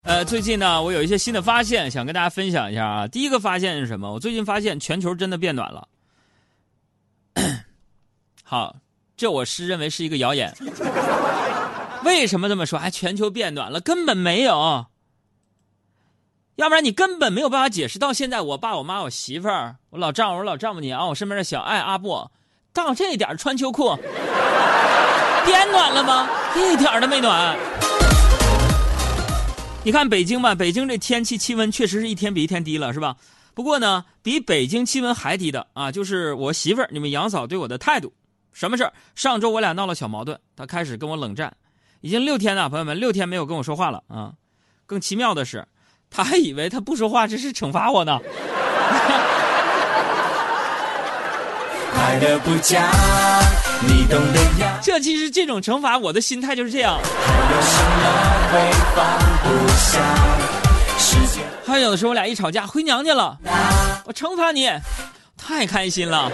最近呢，我有一些新的发现，想跟大家分享一下啊。第一个发现是什么？我最近发现全球真的变暖了。好，这我是认为是一个谣言。为什么这么说？全球变暖了，根本没有。要不然你根本没有办法解释。到现在，我爸、我妈、我媳妇儿、我老丈母娘、我身边的小爱、阿布，到这点穿秋裤，变暖了吗？一点都没暖。你看北京吧，北京这天气气温确实是一天比一天低了，是吧？不过呢，比北京气温还低的啊，就是我媳妇儿，你们杨嫂对我的态度。什么事儿？上周我俩闹了小矛盾，她开始跟我冷战，已经6天了，朋友们，6天没有跟我说话了啊。更奇妙的是，她还以为她不说话这是惩罚我呢。快乐不假，你懂得呀。这其实这种惩罚，我的心态就是这样。还有什么会放不下？还有的时候我俩一吵架，回娘家了，我惩罚你，太开心了。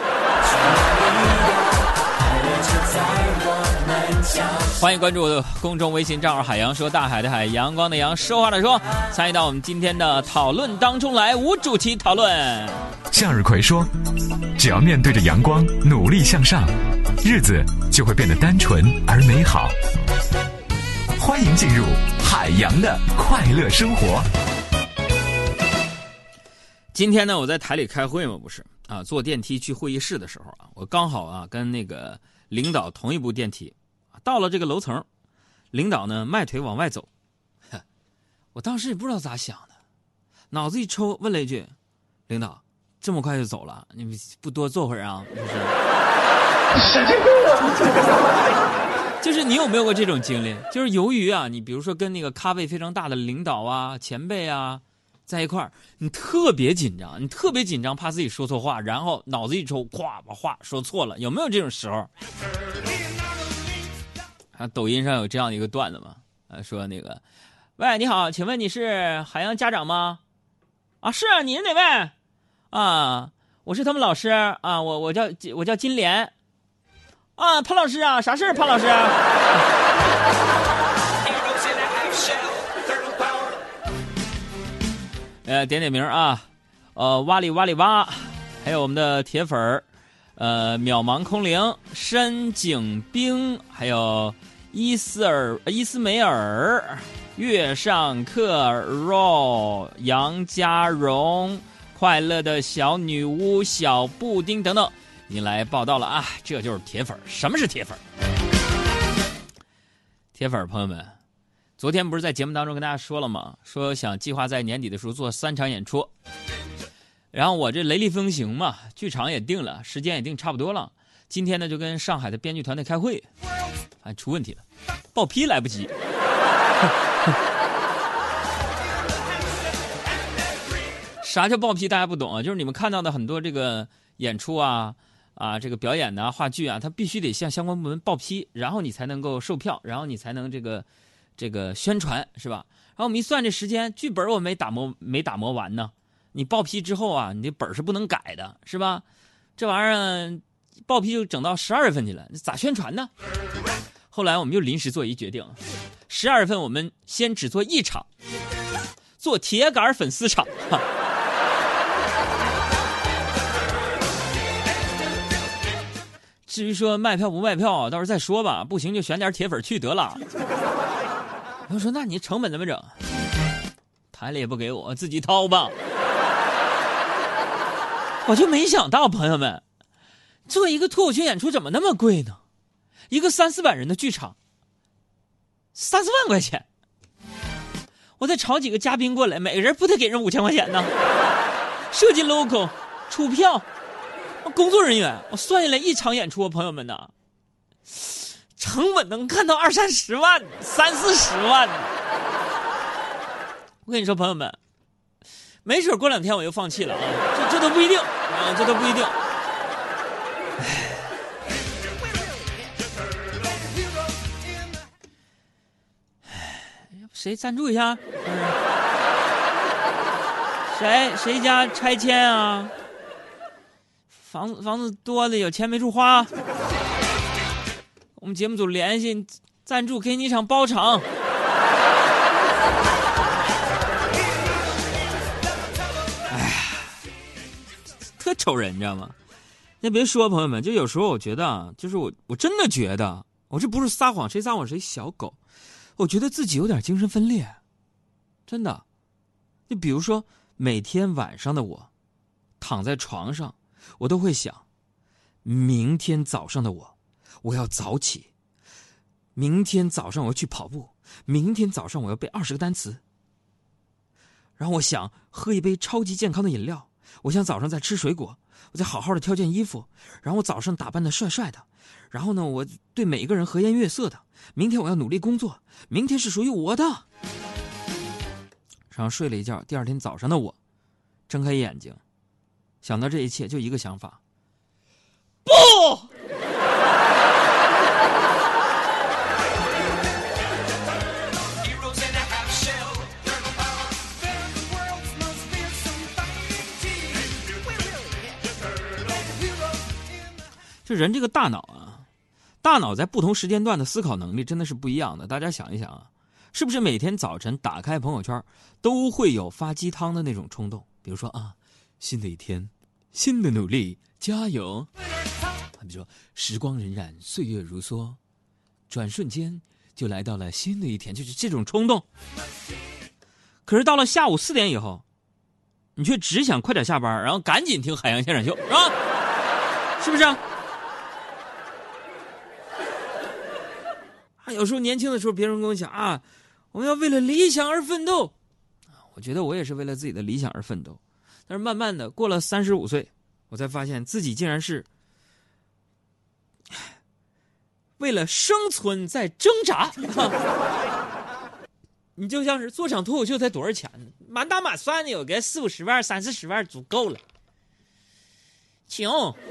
欢迎关注我的公众微信账号海洋说，大海的海，阳光的阳，说话的说，参与到我们今天的讨论当中来，无主题讨论。 向日葵说，只要面对着阳光，努力向上，日子就会变得单纯而美好。欢迎进入海洋的快乐生活。 今天呢，我在台里开会嘛，不是啊，坐电梯去会议室的时候啊，我刚好啊跟那个领导同一部电梯，到了这个楼层，领导呢迈腿往外走，我当时也不知道咋想的，脑子一抽问了一句：“领导，这么快就走了？你们不多坐会儿啊？”神经病啊！就是你有没有过这种经历？就是由于啊，你比如说跟那个咖位非常大的领导啊、前辈啊在一块儿，你特别紧张，怕自己说错话，然后脑子一抽，咵把话说错了，有没有这种时候？抖音上有这样的一个段子嘛？说那个，喂，你好，请问你是海洋家长吗？啊，是啊，你是哪位？啊，我是他们老师啊，我叫金莲。啊，潘老师啊，啥事儿，潘老师？点名啊，哇里哇里哇，还有我们的铁粉儿，渺茫空灵、申景兵，还有伊斯梅尔、月上客 Raw、杨家荣、快乐的小女巫、小布丁等等，已经来报道了啊！这就是铁粉。什么是铁粉？铁粉朋友们，昨天不是在节目当中跟大家说了吗？说想计划在年底的时候做3场演出，然后我这雷厉风行嘛，剧场也定了，时间也定差不多了。今天呢，就跟上海的编剧团队开会，出问题了，报批来不及。啥叫报批？大家不懂啊，就是你们看到的很多这个演出啊，这个表演啊、话剧啊，它必须得向相关部门报批，然后你才能够售票，然后你才能这个宣传，是吧？然后我们一算这时间，剧本我没打磨完呢，你报批之后啊，你这本是不能改的，是吧？这玩意儿报批就整到12月份去了，咋宣传呢？后来我们就临时做一决定，12月份我们先只做1场，做铁杆粉丝场。至于说卖票不卖票，到时候再说吧，不行就选点铁粉去得了。我说那你成本怎么整？台里也不给我，自己掏吧。我就没想到，朋友们，做一个脱口秀演出怎么那么贵呢？一个300-400人的剧场，3-4万块钱。我再炒几个嘉宾过来，每个人不得给人5000块钱呢？设计 logo、出票、工作人员，我算下来1场演出，朋友们呐，成本能看到20-30万、30-40万。我跟你说，朋友们，没准过2天我又放弃了啊，这都不一定啊，这都不一定。谁赞助一下？谁家拆迁啊？房子多了有钱没处花，我们节目组联系赞助，给你一场包场。 瞅人，你知道吗？那别说朋友们，就有时候我觉得啊，就是我真的觉得，我这不是撒谎，谁撒谎谁小狗。我觉得自己有点精神分裂，真的。就比如说每天晚上的我，躺在床上，我都会想，明天早上的我要早起，明天早上我要去跑步，明天早上我要背20个单词。然后我想喝一杯超级健康的饮料，我想早上再吃水果，我再好好的挑件衣服，然后我早上打扮的帅帅的，然后呢，我对每一个人和颜悦色的。明天我要努力工作，明天是属于我的。然后睡了一觉，第二天早上的我，睁开眼睛，想到这一切就一个想法：不。就人这个大脑啊，大脑在不同时间段的思考能力真的是不一样的。大家想一想啊，是不是每天早晨打开朋友圈都会有发鸡汤的那种冲动？比如说啊，新的一天，新的努力，加油。比如说时光荏苒，岁月如梭，转瞬间就来到了新的一天，就是这种冲动。可是到了下午4点以后，你却只想快点下班，然后赶紧听海洋现场秀，是吧？是不是啊？有时候年轻的时候，别人跟我讲啊，我们要为了理想而奋斗。我觉得我也是为了自己的理想而奋斗，但是慢慢的过了35岁，我才发现自己竟然是为了生存在挣扎。你就像是做场脱口秀才多少钱呢？满打满算的有个40-50万、30-40万足够了。穷。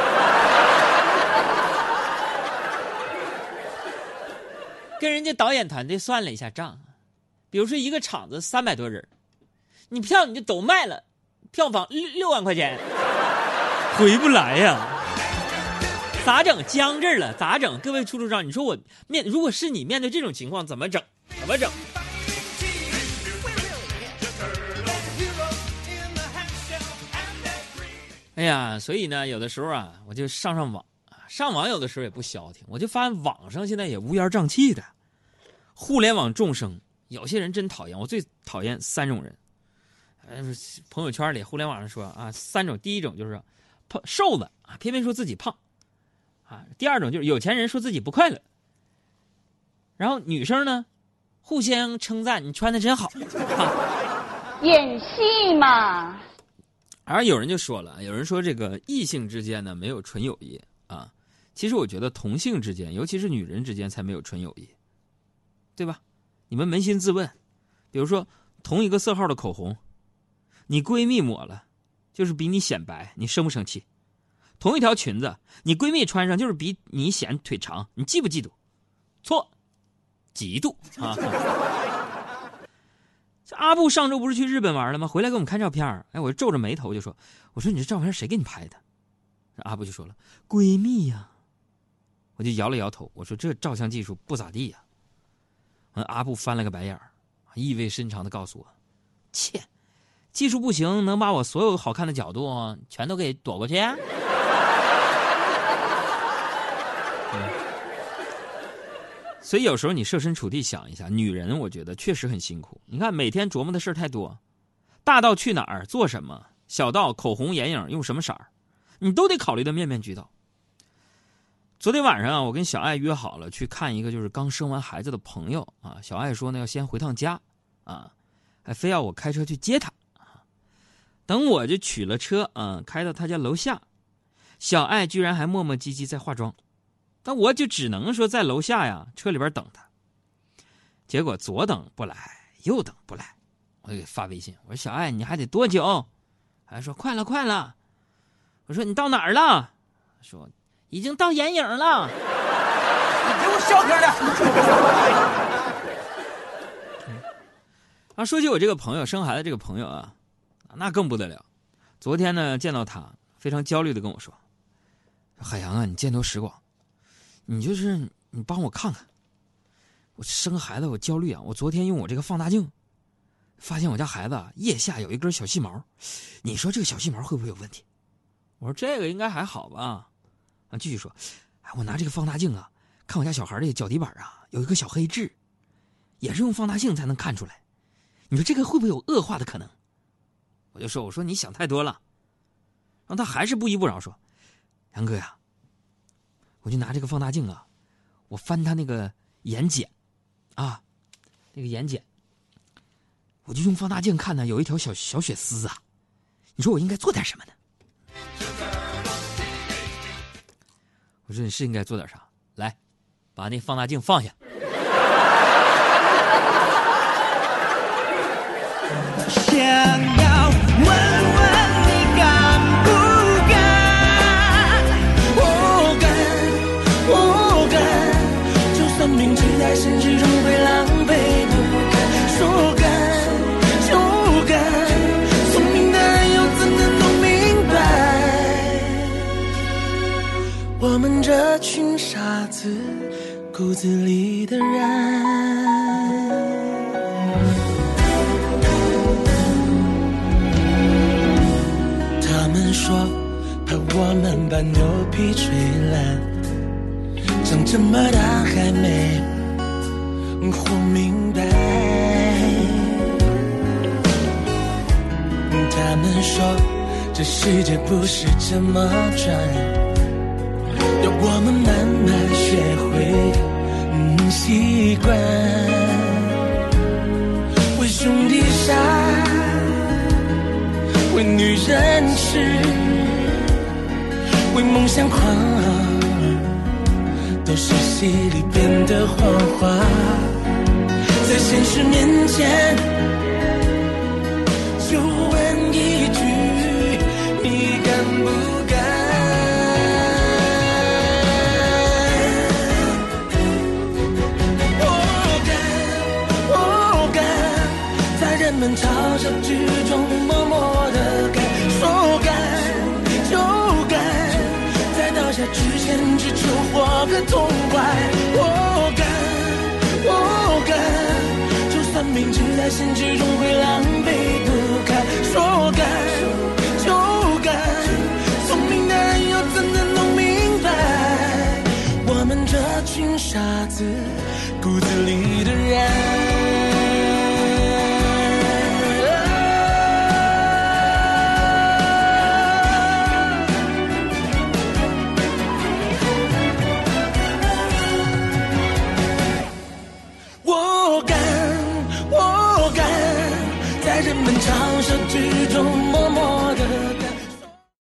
跟人家导演团队算了一下账，比如说一个场子300多人，你票你就都卖了，票房6万块钱，回不来呀。咋整？僵这儿了，咋整？各位出招，你说如果是你面对这种情况怎么整？怎么整？哎呀，所以呢，有的时候啊，我就上网，上网有的时候也不消停，我就发现网上现在也乌烟瘴气的。互联网众生，有些人真讨厌，我最讨厌3种人。朋友圈里、互联网上说啊，3种，第一种就是瘦子啊，偏偏说自己胖啊；第二种就是有钱人说自己不快乐。然后女生呢，互相称赞你穿的真好， 演戏嘛。 而有人就说了，有人说这个异性之间呢没有纯友谊啊，其实我觉得同性之间，尤其是女人之间才没有纯友谊，对吧？你们扪心自问，比如说同一个色号的口红，你闺蜜抹了就是比你显白，你生不生气？同一条裙子，你闺蜜穿上就是比你显腿长，你嫉不嫉妒？错，嫉妒啊！这阿布上周不是去日本玩了吗？回来给我们看照片，哎，我就皱着眉头就说：“我说你这照片谁给你拍的？”阿布就说了：“闺蜜呀。”我就摇了摇头，我说：“这照相技术不咋地呀。”阿布翻了个白眼儿，意味深长的告诉我：“切，技术不行，能把我所有好看的角度全都给躲过去啊？”所以有时候你设身处地想一下，女人我觉得确实很辛苦。你看每天琢磨的事太多，大到去哪儿做什么，小到口红眼影用什么色儿，你都得考虑的面面俱到。昨天晚上我跟小爱约好了去看一个就是刚生完孩子的朋友啊。小爱说呢要先回趟家啊，还非要我开车去接她啊。等我就取了车开到她家楼下，小爱居然还磨磨唧唧在化妆。但我就只能说在楼下呀，车里边等他。结果左等不来，右等不来，我就给发微信，我说：“小爱，你还得多久？”还说：“快了，快了。”我说：“你到哪儿了？”说：“已经到眼影了。” 你给我消停点。说起我这个朋友生孩子这个朋友啊，那更不得了。昨天呢见到他，非常焦虑的跟我说：“海洋啊，你见多识广。你帮我看看，我生孩子我焦虑啊！我昨天用我这个放大镜，发现我家孩子腋下有一根小细毛，你说这个小细毛会不会有问题？” 我说这个应该还好吧。啊，继续说，哎，我拿这个放大镜啊，看我家小孩的脚底板啊，有一个小黑痣，也是用放大镜才能看出来。你说这个会不会有恶化的可能？我就说，我说你想太多了。然后他还是不依不饶说，杨哥呀，我就拿这个放大镜啊，我翻他那个眼睑，啊，那个眼睑，我就用放大镜看呢，有一条小血丝啊。你说我应该做点什么呢？我说你是应该做点啥？来，把那放大镜放下。 想要问问你敢不敢？我敢，我敢，就算明知在现实中会狼狈不堪，说敢就敢，聪明的人又怎能弄明白？我们这群傻子骨子里的人。说怕我们把牛皮吹烂，长这么大还没活明白。他们说这世界不是这么转，要我们慢慢学会习惯。为兄弟杀，为女人痴，为梦想狂，都是戏里边的谎话。在现实面前，就问一句，你敢不敢？我敢，在人们嘲笑之中默默地干，说干就干，在倒下之前只求活个痛快。我敢，就算明知在现实中会狼狈不堪，说干就干，聪明的人又怎能弄明白？我们这群傻子骨子里的人。我敢，在人们嘲笑之中